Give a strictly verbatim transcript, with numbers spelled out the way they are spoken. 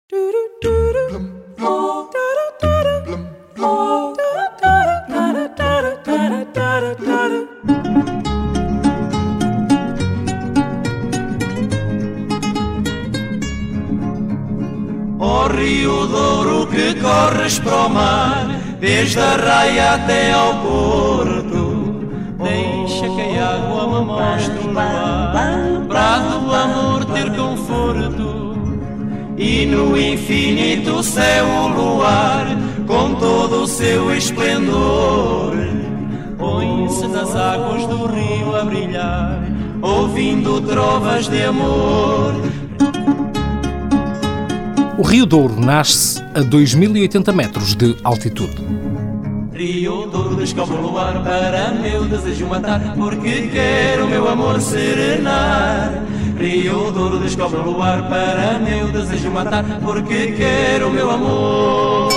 Ó Rio Douro que corres para o mar, desde a raia até ao porto, deixa que a água me mostre o luar, para do amor ter conforto. E no infinito céu o luar, com todo o seu esplendor, põe-se nas águas do rio a brilhar, ouvindo trovas de amor. O Rio Douro nasce a dois mil e oitenta metros de altitude. Rio Douro descobre o luar para meu desejo matar, porque quero o meu amor serenar. Rio Douro descobre o luar para meu desejo matar, porque quero o meu amor.